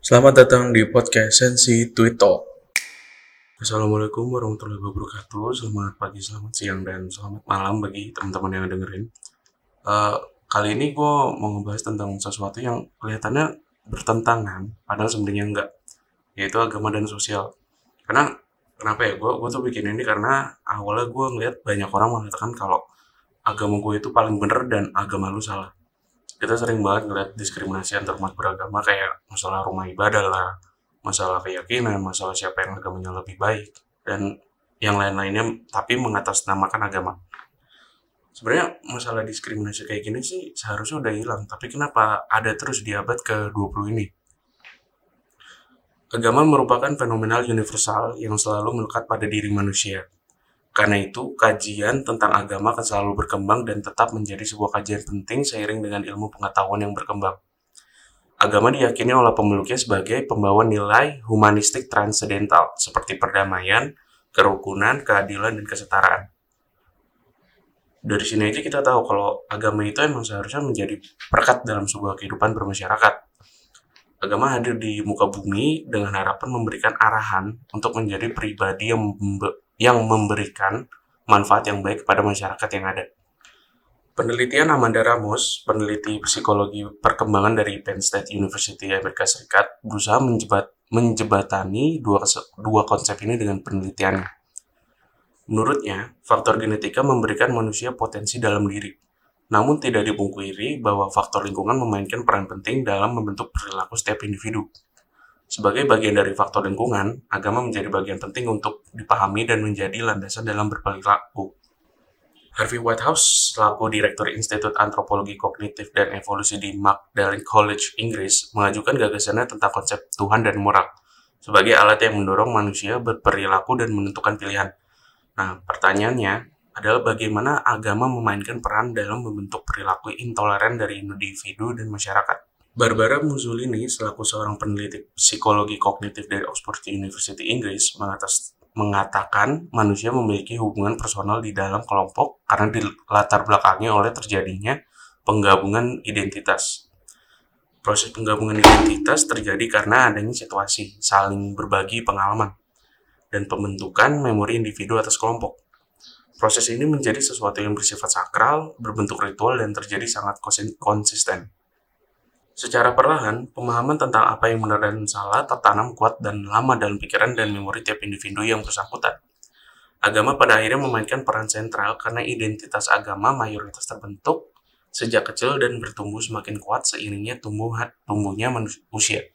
Selamat datang di podcast Sensi Tweet Talk. Assalamualaikum warahmatullahi wabarakatuh. Selamat pagi, selamat siang, dan selamat malam bagi teman-teman yang dengerin. Kali ini gue mau ngebahas tentang sesuatu yang kelihatannya bertentangan, padahal sebenarnya enggak, yaitu agama dan sosial. Karena kenapa ya? Gue tuh bikin ini karena awalnya gue ngeliat banyak orang mengatakan kalau agama gue itu paling bener dan agama lu salah. Kita sering banget ngeliat diskriminasi antar umat beragama kayak masalah rumah ibadah lah, masalah keyakinan, masalah siapa yang agamanya lebih baik, dan yang lain-lainnya, tapi mengatasnamakan agama. Sebenarnya masalah diskriminasi kayak gini sih seharusnya udah hilang, tapi kenapa ada terus di abad ke-20 ini? Agama merupakan fenomenal universal yang selalu melekat pada diri manusia. Karena itu, kajian tentang agama akan selalu berkembang dan tetap menjadi sebuah kajian penting seiring dengan ilmu pengetahuan yang berkembang. Agama diyakini oleh pemeluknya sebagai pembawa nilai humanistik transendental seperti perdamaian, kerukunan, keadilan, dan kesetaraan. Dari sini aja kita tahu kalau agama itu emang seharusnya menjadi perekat dalam sebuah kehidupan bermasyarakat. Agama hadir di muka bumi dengan harapan memberikan arahan untuk menjadi pribadi yang memberikan manfaat yang baik kepada masyarakat yang ada. Penelitian Amanda Ramos, peneliti psikologi perkembangan dari Penn State University Amerika Serikat, berusaha menjebatani dua konsep ini dengan penelitiannya. Menurutnya, faktor genetika memberikan manusia potensi dalam diri. Namun tidak dipungkiri bahwa faktor lingkungan memainkan peran penting dalam membentuk perilaku setiap individu. Sebagai bagian dari faktor lingkungan, agama menjadi bagian penting untuk dipahami dan menjadi landasan dalam berperilaku. Harvey Whitehouse, selaku Direktur Institut Antropologi Kognitif dan Evolusi di Magdalen College, Inggris, mengajukan gagasannya tentang konsep Tuhan dan moral sebagai alat yang mendorong manusia berperilaku dan menentukan pilihan. Nah, pertanyaannya adalah bagaimana agama memainkan peran dalam membentuk perilaku intoleran dari individu dan masyarakat. Barbara Musolini, selaku seorang peneliti psikologi kognitif dari Oxford University, Inggris, mengatakan manusia memiliki hubungan personal di dalam kelompok karena dilatar belakangi oleh terjadinya penggabungan identitas. Proses penggabungan identitas terjadi karena adanya situasi saling berbagi pengalaman dan pembentukan memori individu atas kelompok. Proses ini menjadi sesuatu yang bersifat sakral, berbentuk ritual, dan terjadi sangat konsisten. Secara perlahan, pemahaman tentang apa yang benar dan salah tertanam kuat dan lama dalam pikiran dan memori tiap individu yang bersangkutan. Agama pada akhirnya memainkan peran sentral karena identitas agama mayoritas terbentuk sejak kecil dan bertumbuh semakin kuat seiringnya tumbuhnya usia.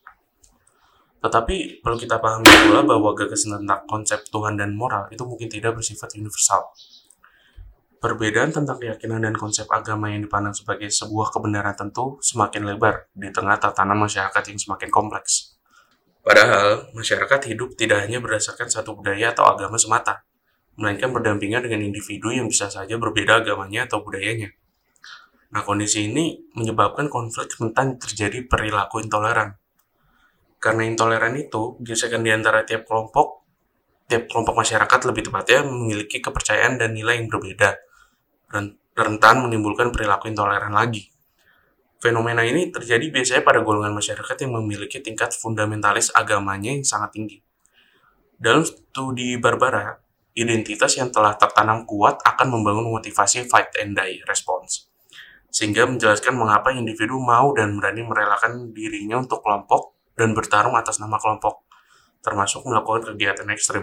Tetapi perlu kita pahami pula bahwa gagasan tentang konsep Tuhan dan moral itu mungkin tidak bersifat universal. Perbedaan tentang keyakinan dan konsep agama yang dipandang sebagai sebuah kebenaran tentu semakin lebar di tengah tatanan masyarakat yang semakin kompleks. Padahal, masyarakat hidup tidak hanya berdasarkan satu budaya atau agama semata, melainkan berdampingan dengan individu yang bisa saja berbeda agamanya atau budayanya. Nah, kondisi ini menyebabkan konflik tentang terjadi perilaku intoleran. Karena intoleran itu, gesekan di antara tiap kelompok masyarakat lebih tepatnya memiliki kepercayaan dan nilai yang berbeda, rentan menimbulkan perilaku intoleran lagi. Fenomena ini terjadi biasanya pada golongan masyarakat yang memiliki tingkat fundamentalis agamanya yang sangat tinggi. Dalam studi Barbara, identitas yang telah tertanam kuat akan membangun motivasi fight and die response, sehingga menjelaskan mengapa individu mau dan berani merelakan dirinya untuk kelompok dan bertarung atas nama kelompok, termasuk melakukan kegiatan ekstrim.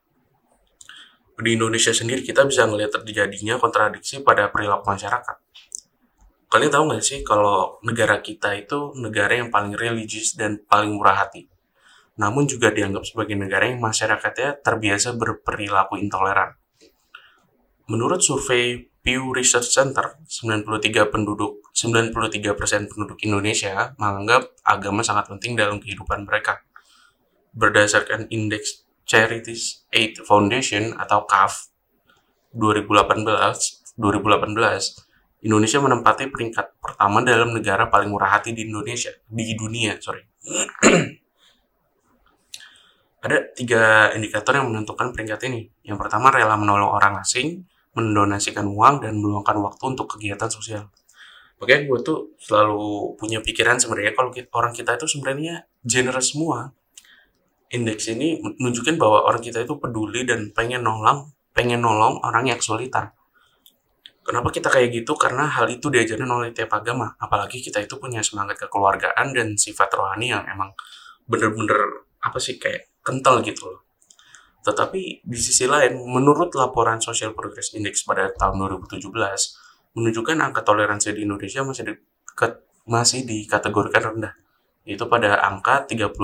Di Indonesia sendiri kita bisa melihat terjadinya kontradiksi pada perilaku masyarakat. Kalian tahu nggak sih kalau negara kita itu negara yang paling religius dan paling murah hati, namun juga dianggap sebagai negara yang masyarakatnya terbiasa berperilaku intoleran. Menurut survei Pew Research Center, 93% penduduk Indonesia menganggap agama sangat penting dalam kehidupan mereka. Berdasarkan indeks Charities Aid Foundation atau CAF 2018, Indonesia menempati peringkat pertama dalam negara paling murah hati di dunia. Ada 3 indikator yang menentukan peringkat ini. Yang pertama, rela menolong orang asing, mendonasikan uang, dan meluangkan waktu untuk kegiatan sosial. Makanya gue tuh selalu punya pikiran sebenarnya kalau orang kita itu sebenarnya generous semua. Indeks ini nunjukin bahwa orang kita itu peduli dan pengen nolong orang yang kesulitan. Kenapa kita kayak gitu? Karena hal itu diajarin oleh tiap agama. Apalagi kita itu punya semangat kekeluargaan dan sifat rohani yang emang bener-bener apa sih kayak kental gitu loh. Tetapi di sisi lain, menurut laporan Social Progress Index pada tahun 2017, menunjukkan angka toleransi di Indonesia masih dikategorikan rendah, yaitu pada angka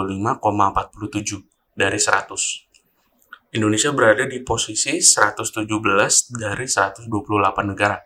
35,47 dari 100. Indonesia berada di posisi 117 dari 128 negara.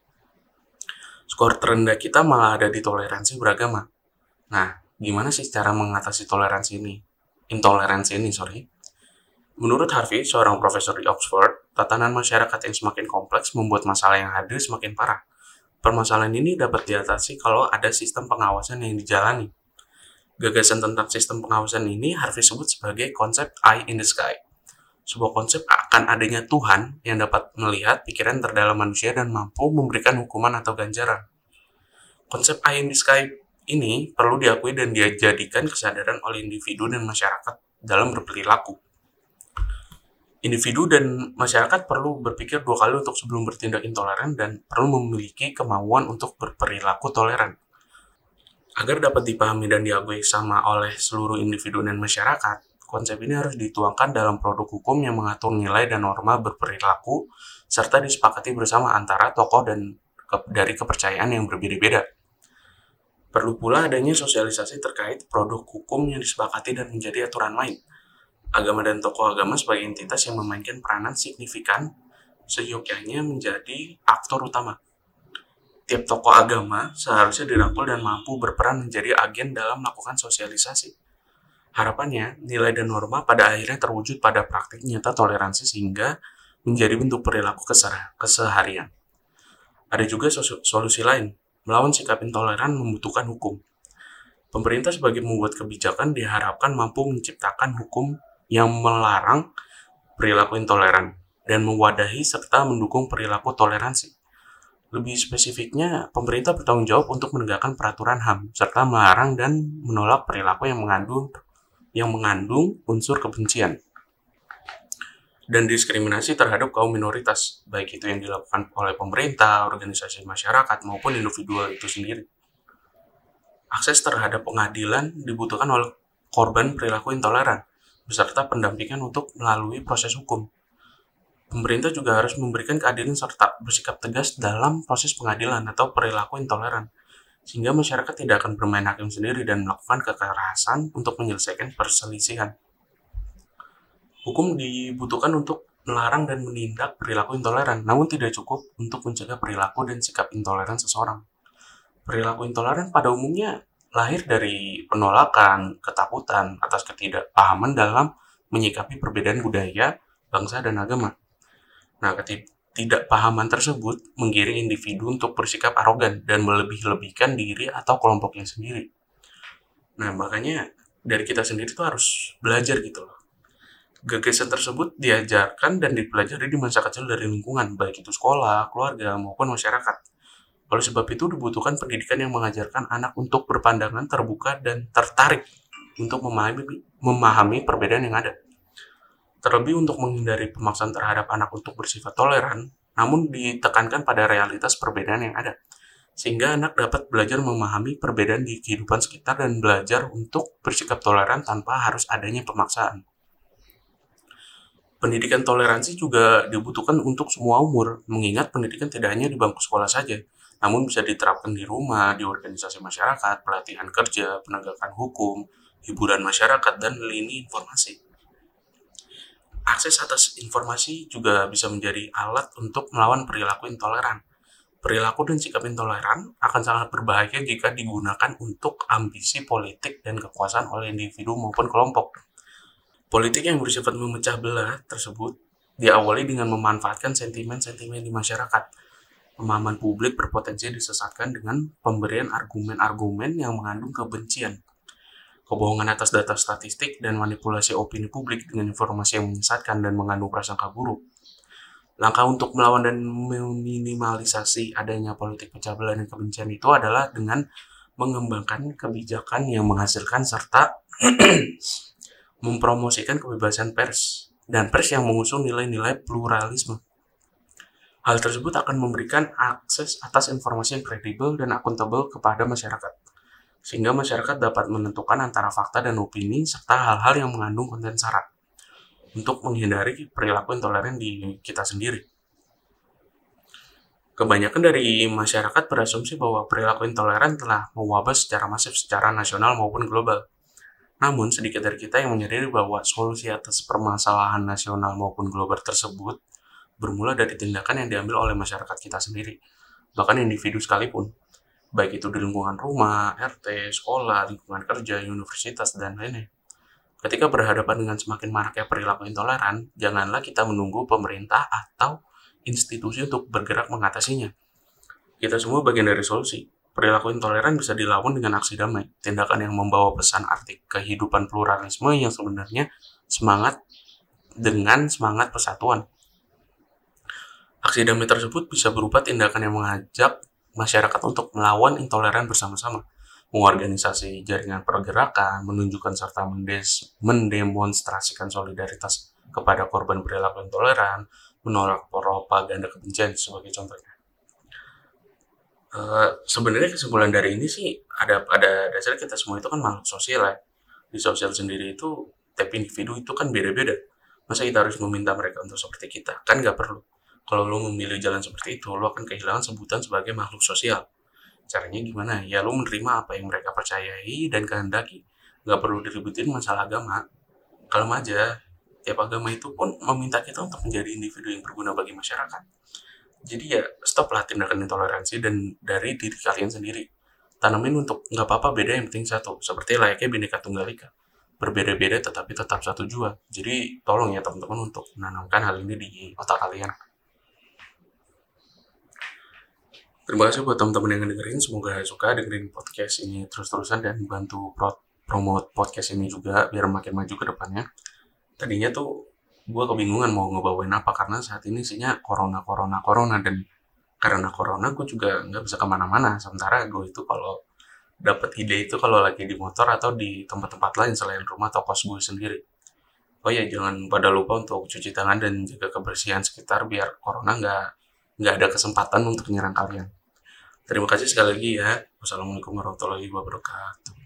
Skor terendah kita malah ada di toleransi beragama. Nah, gimana sih cara mengatasi intoleransi ini, sorry. Menurut Harvey, seorang profesor di Oxford, tatanan masyarakat yang semakin kompleks membuat masalah yang hadir semakin parah. Permasalahan ini dapat diatasi kalau ada sistem pengawasan yang dijalani. Gagasan tentang sistem pengawasan ini Harvey sebut sebagai konsep eye in the sky. Sebuah konsep akan adanya Tuhan yang dapat melihat pikiran terdalam manusia dan mampu memberikan hukuman atau ganjaran. Konsep eye in the sky ini perlu diakui dan dijadikan kesadaran oleh individu dan masyarakat dalam berperilaku. Individu dan masyarakat perlu berpikir dua kali untuk sebelum bertindak intoleran dan perlu memiliki kemauan untuk berperilaku toleran. Agar dapat dipahami dan diakui sama oleh seluruh individu dan masyarakat, konsep ini harus dituangkan dalam produk hukum yang mengatur nilai dan norma berperilaku serta disepakati bersama antara tokoh dan dari kepercayaan yang berbeda-beda. Perlu pula adanya sosialisasi terkait produk hukum yang disepakati dan menjadi aturan main. Agama dan tokoh agama sebagai entitas yang memainkan peranan signifikan seyogyanya menjadi aktor utama. Tiap tokoh agama seharusnya dirangkul dan mampu berperan menjadi agen dalam melakukan sosialisasi. Harapannya, nilai dan norma pada akhirnya terwujud pada praktik nyata toleransi sehingga menjadi bentuk perilaku keseharian. Ada juga solusi lain, melawan sikap intoleran membutuhkan hukum. Pemerintah sebagai membuat kebijakan diharapkan mampu menciptakan hukum yang melarang perilaku intoleran dan mewadahi serta mendukung perilaku toleransi. Lebih spesifiknya, pemerintah bertanggung jawab untuk menegakkan peraturan HAM serta melarang dan menolak perilaku yang mengandung unsur kebencian dan diskriminasi terhadap kaum minoritas, baik itu yang dilakukan oleh pemerintah, organisasi masyarakat, maupun individual itu sendiri. Akses terhadap pengadilan dibutuhkan oleh korban perilaku intoleran, beserta pendampingan untuk melalui proses hukum. Pemerintah juga harus memberikan keadilan serta bersikap tegas dalam proses pengadilan atau perilaku intoleran, sehingga masyarakat tidak akan bermain hakim sendiri dan melakukan kekerasan untuk menyelesaikan perselisihan. Hukum dibutuhkan untuk melarang dan menindak perilaku intoleran, namun tidak cukup untuk mencegah perilaku dan sikap intoleran seseorang. Perilaku intoleran pada umumnya lahir dari penolakan, ketakutan atas ketidakpahaman dalam menyikapi perbedaan budaya, bangsa, dan agama. Nah, ketidakpahaman tersebut menggiring individu untuk bersikap arogan dan melebih-lebihkan diri atau kelompoknya sendiri. Nah, makanya dari kita sendiri tuh harus belajar gitu loh. Gagasan tersebut diajarkan dan dipelajari di masa kecil dari lingkungan, baik itu sekolah, keluarga, maupun masyarakat. Oleh sebab itu dibutuhkan pendidikan yang mengajarkan anak untuk berpandangan terbuka dan tertarik untuk memahami perbedaan yang ada. Terlebih untuk menghindari pemaksaan terhadap anak untuk bersifat toleran, namun ditekankan pada realitas perbedaan yang ada. Sehingga anak dapat belajar memahami perbedaan di kehidupan sekitar dan belajar untuk bersikap toleran tanpa harus adanya pemaksaan. Pendidikan toleransi juga dibutuhkan untuk semua umur, mengingat pendidikan tidak hanya di bangku sekolah saja, namun bisa diterapkan di rumah, di organisasi masyarakat, pelatihan kerja, penegakan hukum, hiburan masyarakat, dan lini informasi. Akses atas informasi juga bisa menjadi alat untuk melawan perilaku intoleran. Perilaku dan sikap intoleran akan sangat berbahaya jika digunakan untuk ambisi politik dan kekuasaan oleh individu maupun kelompok. Politik yang bersifat memecah belah tersebut diawali dengan memanfaatkan sentimen-sentimen di masyarakat. Pemahaman publik berpotensi disesatkan dengan pemberian argumen-argumen yang mengandung kebencian, kebohongan atas data statistik, dan manipulasi opini publik dengan informasi yang menyesatkan dan mengandung prasangka buruk. Langkah untuk melawan dan meminimalisasi adanya politik pecah belah dan kebencian itu adalah dengan mengembangkan kebijakan yang menghasilkan serta mempromosikan kebebasan pers dan pers yang mengusung nilai-nilai pluralisme. Hal tersebut akan memberikan akses atas informasi yang kredibel dan akuntabel kepada masyarakat, sehingga masyarakat dapat menentukan antara fakta dan opini serta hal-hal yang mengandung konten sara untuk menghindari perilaku intoleran di kita sendiri. Kebanyakan dari masyarakat berasumsi bahwa perilaku intoleran telah mewabah secara masif secara nasional maupun global. Namun, sedikit dari kita yang menyadari bahwa solusi atas permasalahan nasional maupun global tersebut bermula dari tindakan yang diambil oleh masyarakat kita sendiri, bahkan individu sekalipun, baik itu di lingkungan rumah, RT, sekolah, lingkungan kerja, universitas, dan lainnya. Ketika berhadapan dengan semakin maraknya perilaku intoleran, janganlah kita menunggu pemerintah atau institusi untuk bergerak mengatasinya. Kita semua bagian dari solusi. Perilaku intoleran bisa dilawan dengan aksi damai, tindakan yang membawa pesan arti kehidupan pluralisme yang sebenarnya semangat persatuan. Aksi damai tersebut bisa berupa tindakan yang mengajak masyarakat untuk melawan intoleran bersama-sama, mengorganisasi jaringan pergerakan, menunjukkan serta mendemonstrasikan solidaritas kepada korban perilaku intoleran, menolak propaganda kebencian sebagai contohnya. Sebenarnya kesimpulan dari ini sih ada dasarnya kita semua itu kan makhluk sosial ya. Di sosial sendiri itu tiap individu itu kan beda-beda. Masa kita harus meminta mereka untuk seperti kita? Kan nggak perlu. Kalau lo memilih jalan seperti itu, lo akan kehilangan sebutan sebagai makhluk sosial. Caranya gimana? Ya lo menerima apa yang mereka percayai dan kehendaki. Nggak perlu diributin masalah agama. Kalem aja. Tiap agama itu pun meminta kita untuk menjadi individu yang berguna bagi masyarakat. Jadi ya stoplah tindakan intoleransi dan dari diri kalian sendiri. Tanamin untuk nggak apa-apa beda yang penting satu. Seperti layaknya Bhinneka Tunggal Ika. Berbeda-beda tetapi tetap satu jua. Jadi tolong ya teman-teman untuk menanamkan hal ini di otak kalian. Terima kasih buat teman-teman yang dengerin. Semoga suka dengerin podcast ini terus-terusan dan bantu promote podcast ini juga biar makin maju ke depannya. Tadinya tuh gue kebingungan mau ngebawain apa karena saat ini isinya corona dan karena corona gue juga nggak bisa kemana-mana. Sementara gue itu kalau dapat ide itu kalau lagi di motor atau di tempat-tempat lain selain rumah atau kos gue sendiri. Oh ya, jangan pada lupa untuk cuci tangan dan jaga kebersihan sekitar biar corona nggak ada kesempatan untuk menyerang kalian. Terima kasih sekali lagi ya. Wassalamualaikum warahmatullahi wabarakatuh.